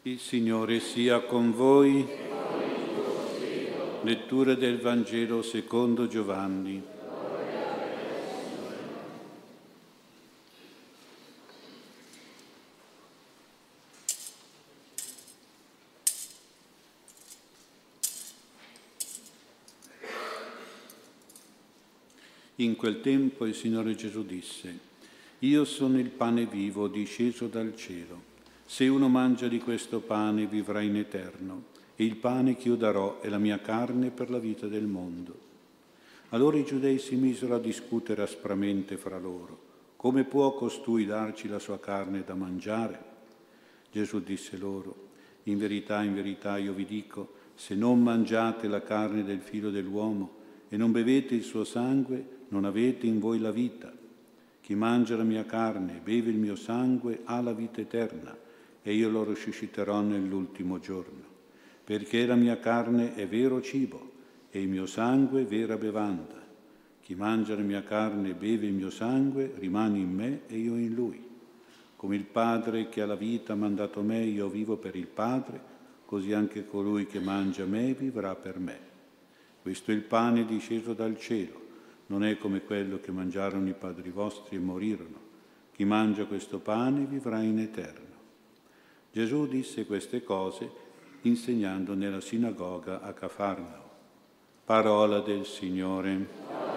Il Signore sia con voi. Lettura del Vangelo secondo Giovanni. In quel tempo il Signore Gesù disse: Io sono il pane vivo disceso dal cielo. Se uno mangia di questo pane vivrà in eterno, e il pane che io darò è la mia carne per la vita del mondo. Allora i giudei si misero a discutere aspramente fra loro: come può costui darci la sua carne da mangiare? Gesù disse loro: in verità io vi dico, se non mangiate la carne del Figlio dell'uomo e non bevete il suo sangue, non avete in voi la vita. Chi mangia la mia carne e beve il mio sangue ha la vita eterna, e io lo risusciterò nell'ultimo giorno. Perché la mia carne è vero cibo e il mio sangue vera bevanda. Chi mangia la mia carne e beve il mio sangue rimane in me e io in lui. Come il Padre che ha la vita ha mandato me, io vivo per il Padre, così anche colui che mangia me vivrà per me. Questo è il pane disceso dal cielo, non è come quello che mangiarono i padri vostri e morirono. Chi mangia questo pane vivrà in eterno. Gesù disse queste cose insegnando nella sinagoga a Cafarnao. Parola del Signore.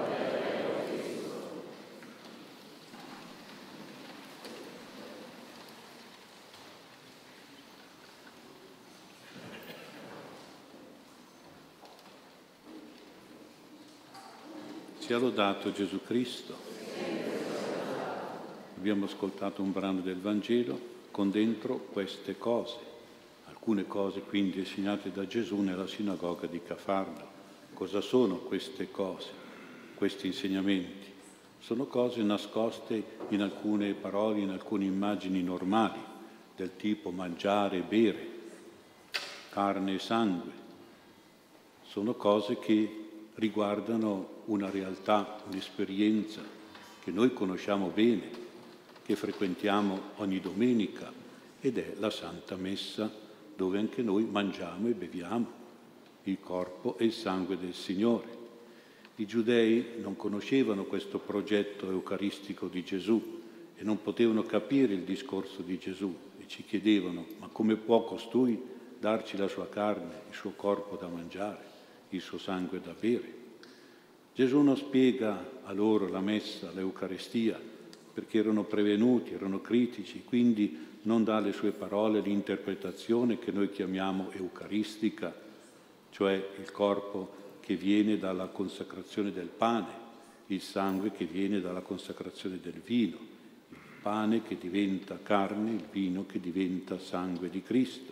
Sia lodato Gesù Cristo. Abbiamo ascoltato un brano del Vangelo con dentro queste cose, alcune cose quindi insegnate da Gesù nella sinagoga di Cafarnao. Cosa sono queste cose, questi insegnamenti? Sono cose nascoste in alcune parole, in alcune immagini normali, del tipo mangiare e bere, carne e sangue. Sono cose che riguardano una realtà, un'esperienza che noi conosciamo bene, che frequentiamo ogni domenica, ed è la Santa Messa, dove anche noi mangiamo e beviamo il corpo e il sangue del Signore. I giudei non conoscevano questo progetto eucaristico di Gesù e non potevano capire il discorso di Gesù e ci chiedevano: ma come può costui darci la sua carne, il suo corpo da mangiare, il suo sangue da bere? Gesù non spiega a loro la Messa, l'Eucaristia, perché erano prevenuti, erano critici, quindi non dà alle sue parole l'interpretazione che noi chiamiamo eucaristica, cioè il corpo che viene dalla consacrazione del pane, il sangue che viene dalla consacrazione del vino, il pane che diventa carne, il vino che diventa sangue di Cristo.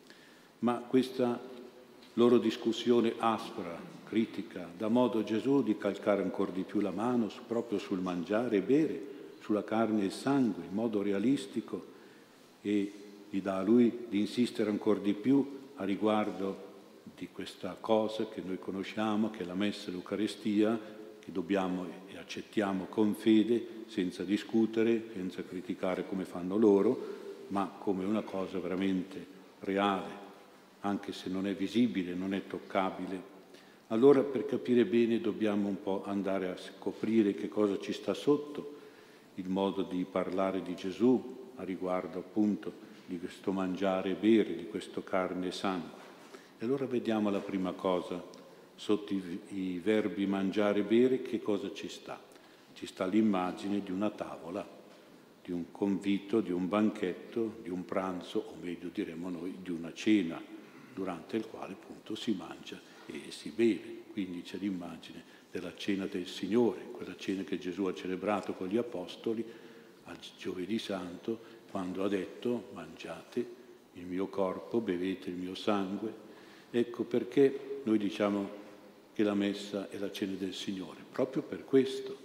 Ma questa loro discussione aspra, critica, dà modo a Gesù di calcare ancora di più la mano proprio sul mangiare e bere, sulla carne e il sangue, in modo realistico, e gli dà a lui di insistere ancora di più a riguardo di questa cosa che noi conosciamo, che è la Messa e l'Eucaristia, che dobbiamo e accettiamo con fede, senza discutere, senza criticare come fanno loro, ma come una cosa veramente reale, anche se non è visibile, non è toccabile. Allora, per capire bene, dobbiamo un po' andare a scoprire che cosa ci sta sotto il modo di parlare di Gesù a riguardo appunto di questo mangiare e bere, di questo carne e sangue. E allora vediamo la prima cosa, sotto i verbi mangiare e bere, che cosa ci sta? Ci sta l'immagine di una tavola, di un convito, di un banchetto, di un pranzo, o meglio diremmo noi, di una cena, durante il quale appunto si mangia e si beve. Quindi c'è l'immagine della cena del Signore, quella cena che Gesù ha celebrato con gli Apostoli al Giovedì Santo, quando ha detto: mangiate il mio corpo, bevete il mio sangue. Ecco perché noi diciamo che la Messa è la cena del Signore, proprio per questo.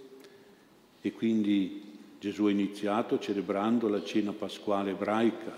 E quindi Gesù ha iniziato celebrando la cena pasquale ebraica,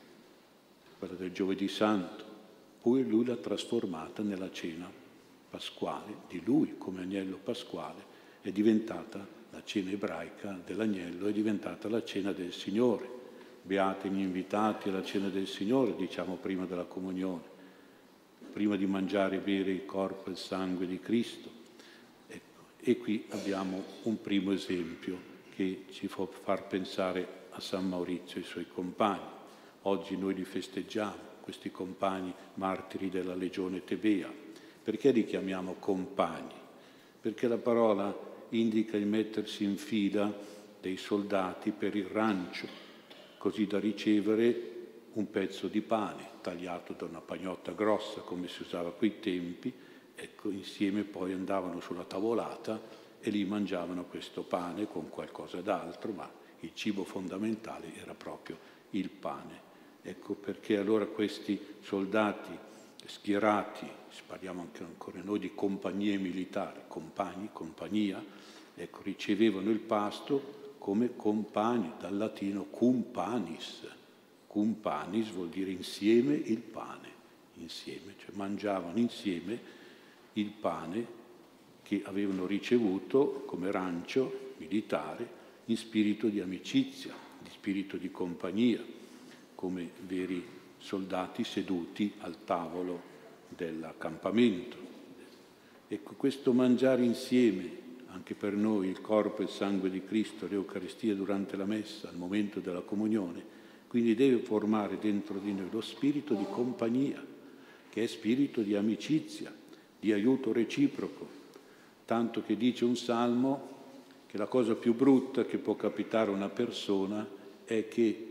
quella del Giovedì Santo, poi lui l'ha trasformata nella cena pasquale di lui come agnello pasquale, è diventata la cena ebraica dell'agnello, è diventata la cena del Signore, beati gli invitati alla cena del Signore, diciamo prima della comunione, prima di mangiare e bere il corpo e il sangue di Cristo. Ecco, e qui abbiamo un primo esempio che ci può far pensare a San Maurizio e ai suoi compagni. Oggi noi li festeggiamo, questi compagni martiri della Legione Tebea. Perché li chiamiamo compagni? Perché la parola indica il mettersi in fila dei soldati per il rancio, così da ricevere un pezzo di pane tagliato da una pagnotta grossa, come si usava a quei tempi. Ecco, insieme poi andavano sulla tavolata e lì mangiavano questo pane con qualcosa d'altro, ma il cibo fondamentale era proprio il pane. Ecco perché allora questi soldati schierati, parliamo anche ancora noi di compagnie militari, compagni, compagnia, ecco, ricevevano il pasto come compagni, dal latino cum panis. Cum panis vuol dire insieme il pane, insieme, cioè mangiavano insieme il pane che avevano ricevuto come rancio militare in spirito di amicizia, di spirito di compagnia, come veri soldati seduti al tavolo dell'accampamento. Ecco, questo mangiare insieme, anche per noi, il corpo e il sangue di Cristo, l'Eucaristia durante la Messa, al momento della comunione, quindi deve formare dentro di noi lo spirito di compagnia, che è spirito di amicizia, di aiuto reciproco, tanto che dice un salmo che la cosa più brutta che può capitare a una persona è che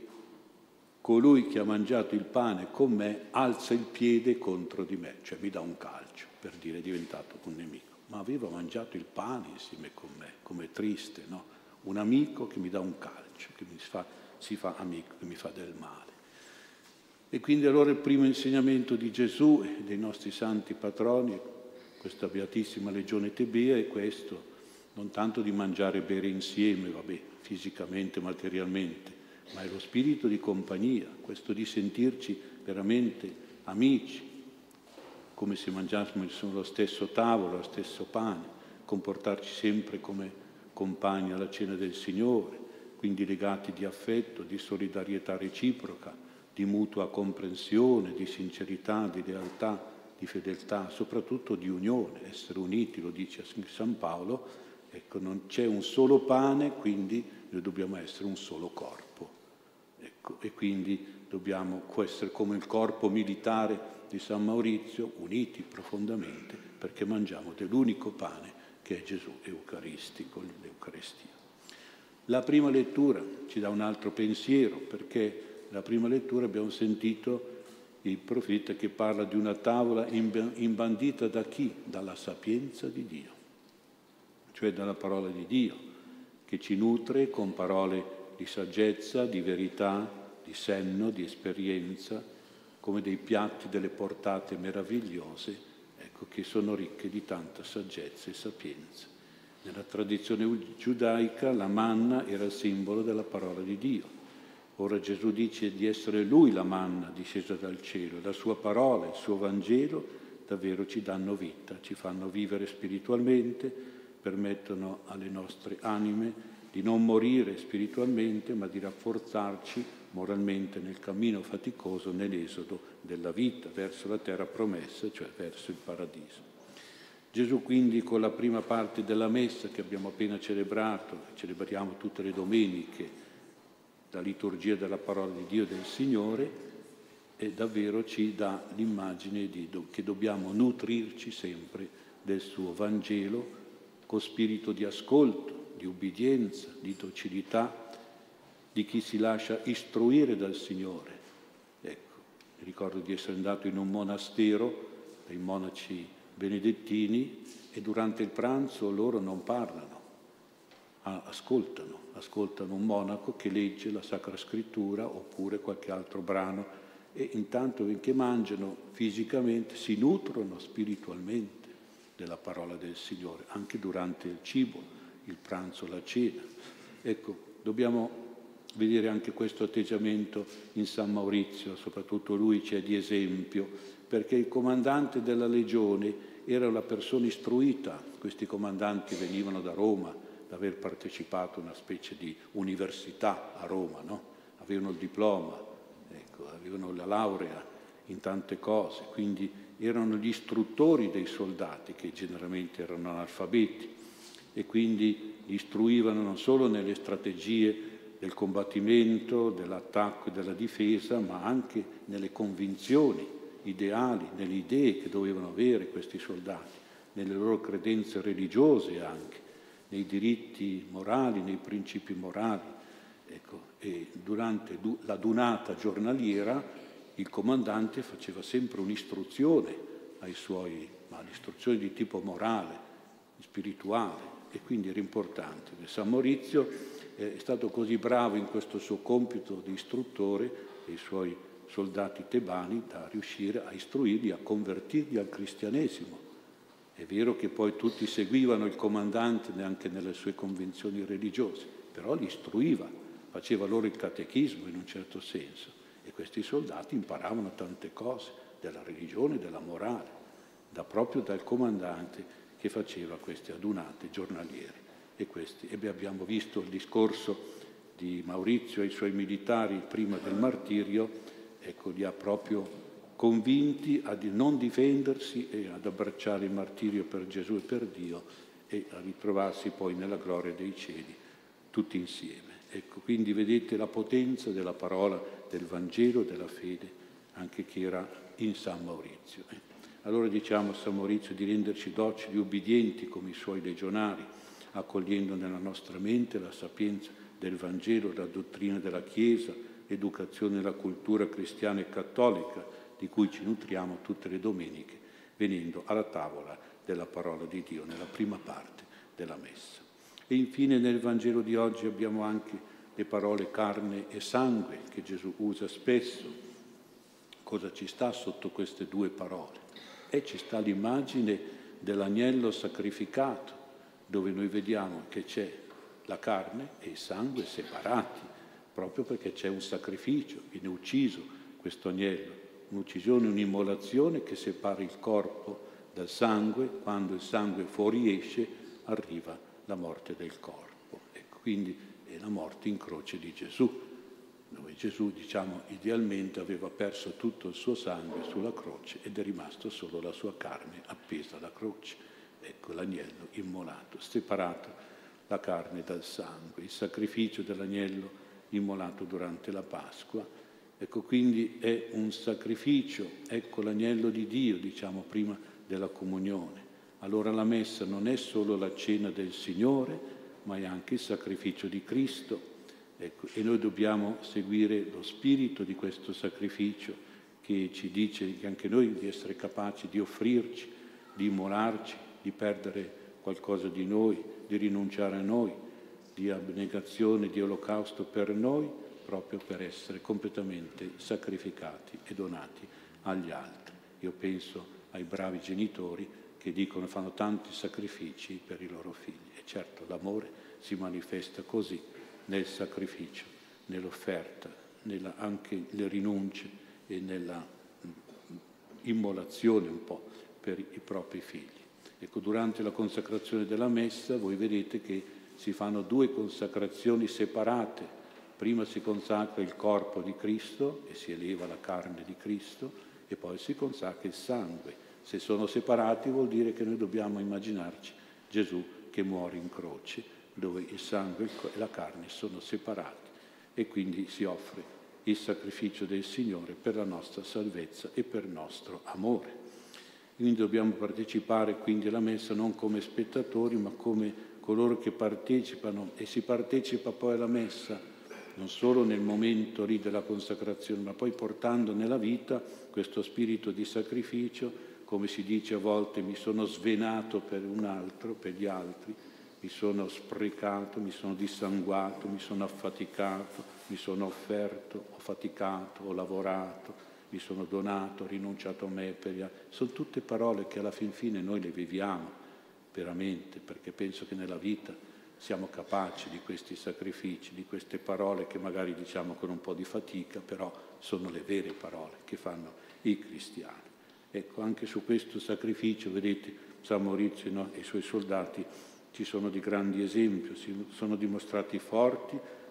colui che ha mangiato il pane con me alza il piede contro di me, cioè mi dà un calcio, per dire è diventato un nemico. Ma aveva mangiato il pane insieme con me, com'è triste, no? Un amico che mi dà un calcio, che si fa amico, che mi fa del male. E quindi allora il primo insegnamento di Gesù e dei nostri santi patroni, questa beatissima Legione Tebea, è questo, non tanto di mangiare e bere insieme, vabbè, fisicamente, materialmente, ma è lo spirito di compagnia, questo di sentirci veramente amici, come se mangiassimo sullo stesso tavolo, lo stesso pane, comportarci sempre come compagni alla cena del Signore, quindi legati di affetto, di solidarietà reciproca, di mutua comprensione, di sincerità, di lealtà, di fedeltà, soprattutto di unione, essere uniti, lo dice San Paolo. Ecco, non c'è un solo pane, quindi noi dobbiamo essere un solo corpo. Ecco, e quindi dobbiamo essere come il corpo militare di San Maurizio, uniti profondamente, perché mangiamo dell'unico pane che è Gesù eucaristico, l'Eucaristia. La prima lettura ci dà un altro pensiero, perché nella prima lettura abbiamo sentito il profeta che parla di una tavola imbandita da chi? Dalla sapienza di Dio, cioè dalla parola di Dio, che ci nutre con parole di saggezza, di verità, di senno, di esperienza, come dei piatti, delle portate meravigliose, ecco, che sono ricche di tanta saggezza e sapienza. Nella tradizione giudaica la manna era il simbolo della parola di Dio. Ora Gesù dice di essere Lui la manna discesa dal cielo, la sua parola, il suo Vangelo davvero ci danno vita, ci fanno vivere spiritualmente, permettono alle nostre anime di non morire spiritualmente, ma di rafforzarci moralmente nel cammino faticoso, nell'esodo della vita verso la terra promessa, cioè verso il paradiso. Gesù quindi con la prima parte della Messa che abbiamo appena celebrato, celebriamo tutte le domeniche, la liturgia della parola di Dio e del Signore, e davvero ci dà l'immagine che dobbiamo nutrirci sempre del suo Vangelo con spirito di ascolto, di ubbidienza, di docilità, di chi si lascia istruire dal Signore. Ecco, mi ricordo di essere andato in un monastero dei monaci benedettini e durante il pranzo loro non parlano, ascoltano un monaco che legge la Sacra Scrittura oppure qualche altro brano e intanto che mangiano fisicamente si nutrono spiritualmente della parola del Signore, anche durante il cibo, il pranzo, la cena. Ecco, dobbiamo vedere anche questo atteggiamento in San Maurizio, soprattutto lui c'è di esempio, perché il comandante della legione era una persona istruita, questi comandanti venivano da Roma, da aver partecipato a una specie di università a Roma, no? avevano il diploma, ecco, avevano la laurea in tante cose, quindi erano gli istruttori dei soldati, che generalmente erano analfabeti, e quindi istruivano non solo nelle strategie del combattimento, dell'attacco e della difesa, ma anche nelle convinzioni ideali, nelle idee che dovevano avere questi soldati, nelle loro credenze religiose anche, nei diritti morali, nei principi morali. Ecco, e durante la dunata giornaliera il comandante faceva sempre un'istruzione ai suoi, ma l'istruzione di tipo morale, spirituale, e quindi era importante. San Maurizio è stato così bravo in questo suo compito di istruttore dei suoi soldati tebani da riuscire a istruirli, a convertirli al cristianesimo. È vero che poi tutti seguivano il comandante neanche nelle sue convinzioni religiose, però li istruiva, faceva loro il catechismo in un certo senso, e questi soldati imparavano tante cose della religione, della morale, proprio dal comandante che faceva queste adunate giornaliere. E abbiamo visto il discorso di Maurizio ai suoi militari prima del martirio, ecco, li ha proprio convinti a non difendersi e ad abbracciare il martirio per Gesù e per Dio e a ritrovarsi poi nella gloria dei cieli tutti insieme. Ecco, quindi vedete la potenza della parola del Vangelo, della fede, anche che era in San Maurizio. Allora diciamo a San Maurizio di renderci docili e ubbidienti come i suoi legionari, accogliendo nella nostra mente la sapienza del Vangelo, la dottrina della Chiesa, l'educazione e la cultura cristiana e cattolica, di cui ci nutriamo tutte le domeniche, venendo alla tavola della parola di Dio, nella prima parte della Messa. E infine nel Vangelo di oggi abbiamo anche le parole carne e sangue, che Gesù usa spesso. Cosa ci sta sotto queste due parole? E ci sta l'immagine dell'agnello sacrificato, dove noi vediamo che c'è la carne e il sangue separati, proprio perché c'è un sacrificio, viene ucciso questo agnello, un'uccisione, un'immolazione che separa il corpo dal sangue. Quando il sangue fuoriesce arriva la morte del corpo. E quindi è la morte in croce di Gesù, dove Gesù, diciamo, idealmente aveva perso tutto il suo sangue sulla croce ed è rimasto solo la sua carne appesa alla croce. Ecco l'agnello immolato, separato la carne dal sangue, il sacrificio dell'agnello immolato durante la Pasqua. Ecco, quindi è un sacrificio, ecco l'agnello di Dio, diciamo, prima della comunione. Allora la messa non è solo la cena del Signore, ma è anche il sacrificio di Cristo. Ecco, e noi dobbiamo seguire lo spirito di questo sacrificio che ci dice che anche noi di essere capaci di offrirci, di immolarci, di perdere qualcosa di noi, di rinunciare a noi, di abnegazione, di olocausto per noi, proprio per essere completamente sacrificati e donati agli altri. Io penso ai bravi genitori che dicono, fanno tanti sacrifici per i loro figli. E certo, l'amore si manifesta così, nel sacrificio, nell'offerta, anche nelle rinunce e nella immolazione un po' per i propri figli. Ecco, durante la consacrazione della Messa voi vedete che si fanno due consacrazioni separate. Prima si consacra il corpo di Cristo e si eleva la carne di Cristo e poi si consacra il sangue. Se sono separati vuol dire che noi dobbiamo immaginarci Gesù che muore in croce, dove il sangue e la carne sono separati e quindi si offre il sacrificio del Signore per la nostra salvezza e per il nostro amore. Quindi dobbiamo partecipare quindi alla Messa non come spettatori ma come coloro che partecipano, e si partecipa poi alla Messa non solo nel momento lì della consacrazione, ma poi portando nella vita questo spirito di sacrificio, come si dice a volte, mi sono svenato per un altro, per gli altri, mi sono sprecato, mi sono dissanguato, mi sono affaticato, mi sono offerto, ho faticato, ho lavorato, mi sono donato, ho rinunciato a me per gli altri. Sono tutte parole che alla fin fine noi le viviamo veramente, perché penso che nella vita siamo capaci di questi sacrifici, di queste parole che magari diciamo con un po' di fatica, però sono le vere parole che fanno i cristiani. Ecco, anche su questo sacrificio, vedete, San Maurizio, no, e i suoi soldati ci sono di grandi esempi, si sono dimostrati forti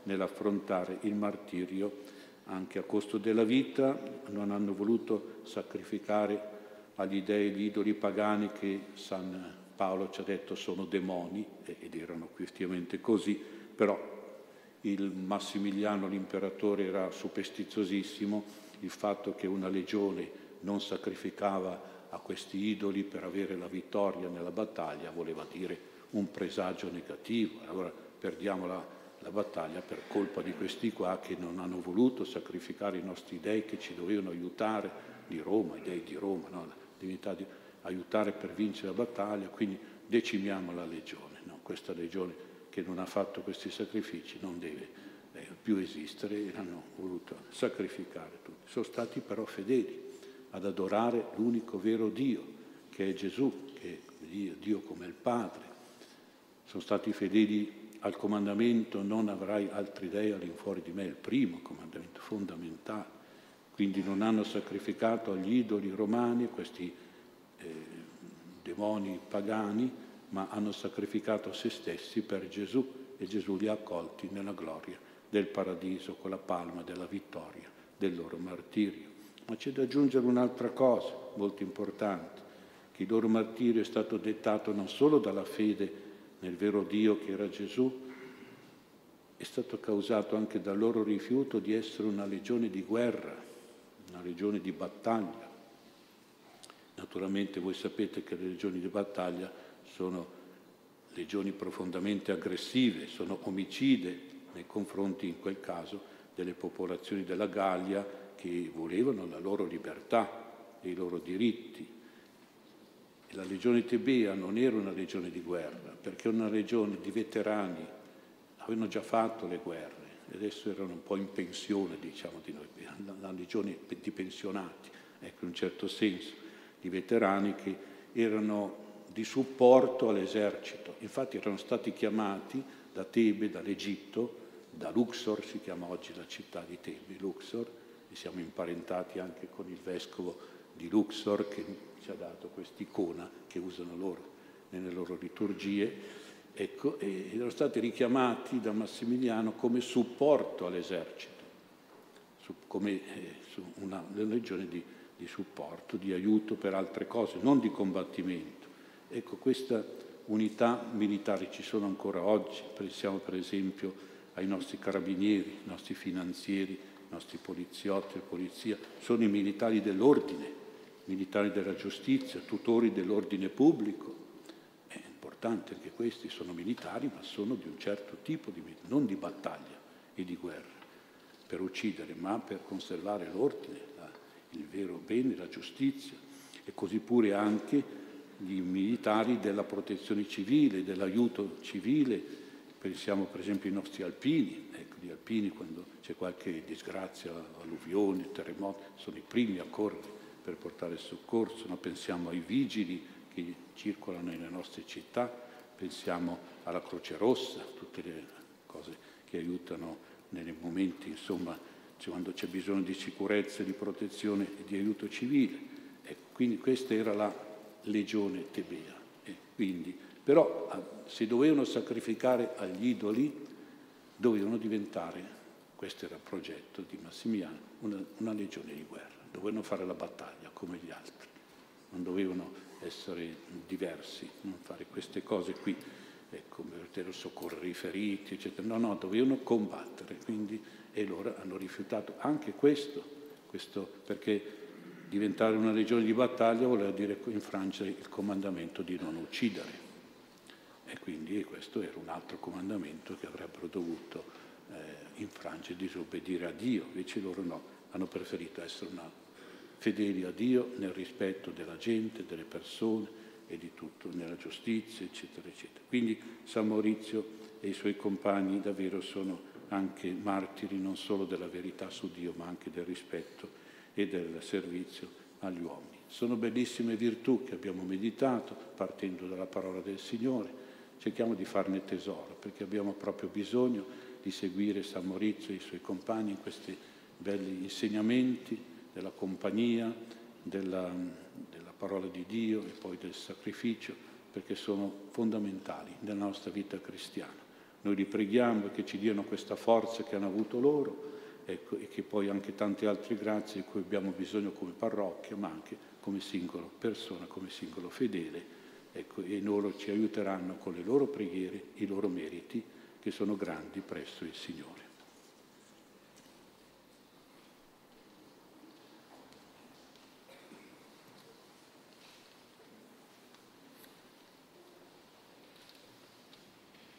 nell'affrontare il martirio anche a costo della vita. Non hanno voluto sacrificare agli dei gli idoli pagani che San Paolo ci ha detto sono demoni, ed erano effettivamente così, però il Massimiliano, l'imperatore, era superstiziosissimo. Il fatto che una legione non sacrificava a questi idoli per avere la vittoria nella battaglia voleva dire un presagio negativo. Allora perdiamo la battaglia per colpa di questi qua che non hanno voluto sacrificare i nostri dei che ci dovevano aiutare, di Roma, i dei di Roma, no? La divinità di aiutare per vincere la battaglia, quindi decimiamo la legione. No? Questa legione che non ha fatto questi sacrifici non deve più esistere, e hanno voluto sacrificare tutti. Sono stati però fedeli ad adorare l'unico vero Dio, che è Gesù, che è Dio come il Padre. Sono stati fedeli al comandamento non avrai altri dei all'infuori di me, il primo comandamento fondamentale. Quindi non hanno sacrificato agli idoli romani, questi demoni pagani, ma hanno sacrificato se stessi per Gesù, e Gesù li ha accolti nella gloria del paradiso con la palma della vittoria del loro martirio. Ma c'è da aggiungere un'altra cosa molto importante, che il loro martirio è stato dettato non solo dalla fede nel vero Dio che era Gesù, è stato causato anche dal loro rifiuto di essere una legione di guerra, una legione di battaglia. Naturalmente voi sapete che le legioni di battaglia sono legioni profondamente aggressive, sono omicide nei confronti, in quel caso, delle popolazioni della Gallia che volevano la loro libertà e i loro diritti. E la legione tebea non era una legione di guerra, perché era una legione di veterani, avevano già fatto le guerre e adesso erano un po' in pensione, diciamo, di noi, la legione di pensionati, ecco, in un certo senso, di veterani che erano di supporto all'esercito. Infatti erano stati chiamati da Tebe, dall'Egitto, da Luxor, si chiama oggi la città di Tebe, Luxor, e siamo imparentati anche con il vescovo di Luxor che ci ha dato quest'icona che usano loro nelle loro liturgie, ecco, e erano stati richiamati da Massimiliano come supporto all'esercito, come una legione di supporto, di aiuto per altre cose, non di combattimento. Ecco, questa unità militare ci sono ancora oggi. Pensiamo per esempio ai nostri carabinieri, i nostri finanzieri, i nostri poliziotti e polizia, sono i militari dell'ordine, militari della giustizia, tutori dell'ordine pubblico. È importante anche questi, sono militari, ma sono di un certo tipo di militari, non di battaglia e di guerra, per uccidere, ma per conservare l'ordine, il vero bene, la giustizia. E così pure anche gli militari della protezione civile, dell'aiuto civile. Pensiamo per esempio ai nostri alpini, ecco, gli alpini quando c'è qualche disgrazia, alluvione, terremoto, sono i primi a correre per portare il soccorso. No? Pensiamo ai vigili che circolano nelle nostre città, pensiamo alla Croce Rossa, tutte le cose che aiutano nei momenti, insomma, quando c'è bisogno di sicurezza, di protezione e di aiuto civile. Ecco, quindi questa era la legione tebea. Quindi, però se dovevano sacrificare agli idoli, dovevano diventare, questo era il progetto di Massimiliano, una legione di guerra. Dovevano fare la battaglia come gli altri, non dovevano essere diversi, non fare queste cose qui, ecco, per soccorrere i feriti, eccetera. No, dovevano combattere, quindi, e loro hanno rifiutato anche questo perché diventare una legione di battaglia voleva dire infrangere il comandamento di non uccidere. E quindi questo era un altro comandamento che avrebbero dovuto infrangere, disobbedire a Dio. Invece loro no, hanno preferito essere fedeli a Dio nel rispetto della gente, delle persone e di tutto, nella giustizia, eccetera, eccetera. Quindi San Maurizio e i suoi compagni davvero sono anche martiri non solo della verità su Dio, ma anche del rispetto e del servizio agli uomini. Sono bellissime virtù che abbiamo meditato, partendo dalla parola del Signore. Cerchiamo di farne tesoro, perché abbiamo proprio bisogno di seguire San Maurizio e i suoi compagni in questi belli insegnamenti della compagnia, della parola di Dio e poi del sacrificio, perché sono fondamentali nella nostra vita cristiana. Noi li preghiamo che ci diano questa forza che hanno avuto loro, ecco, e che poi anche tante altre grazie di cui abbiamo bisogno come parrocchia, ma anche come singola persona, come singolo fedele, ecco, e loro ci aiuteranno con le loro preghiere, i loro meriti, che sono grandi presso il Signore.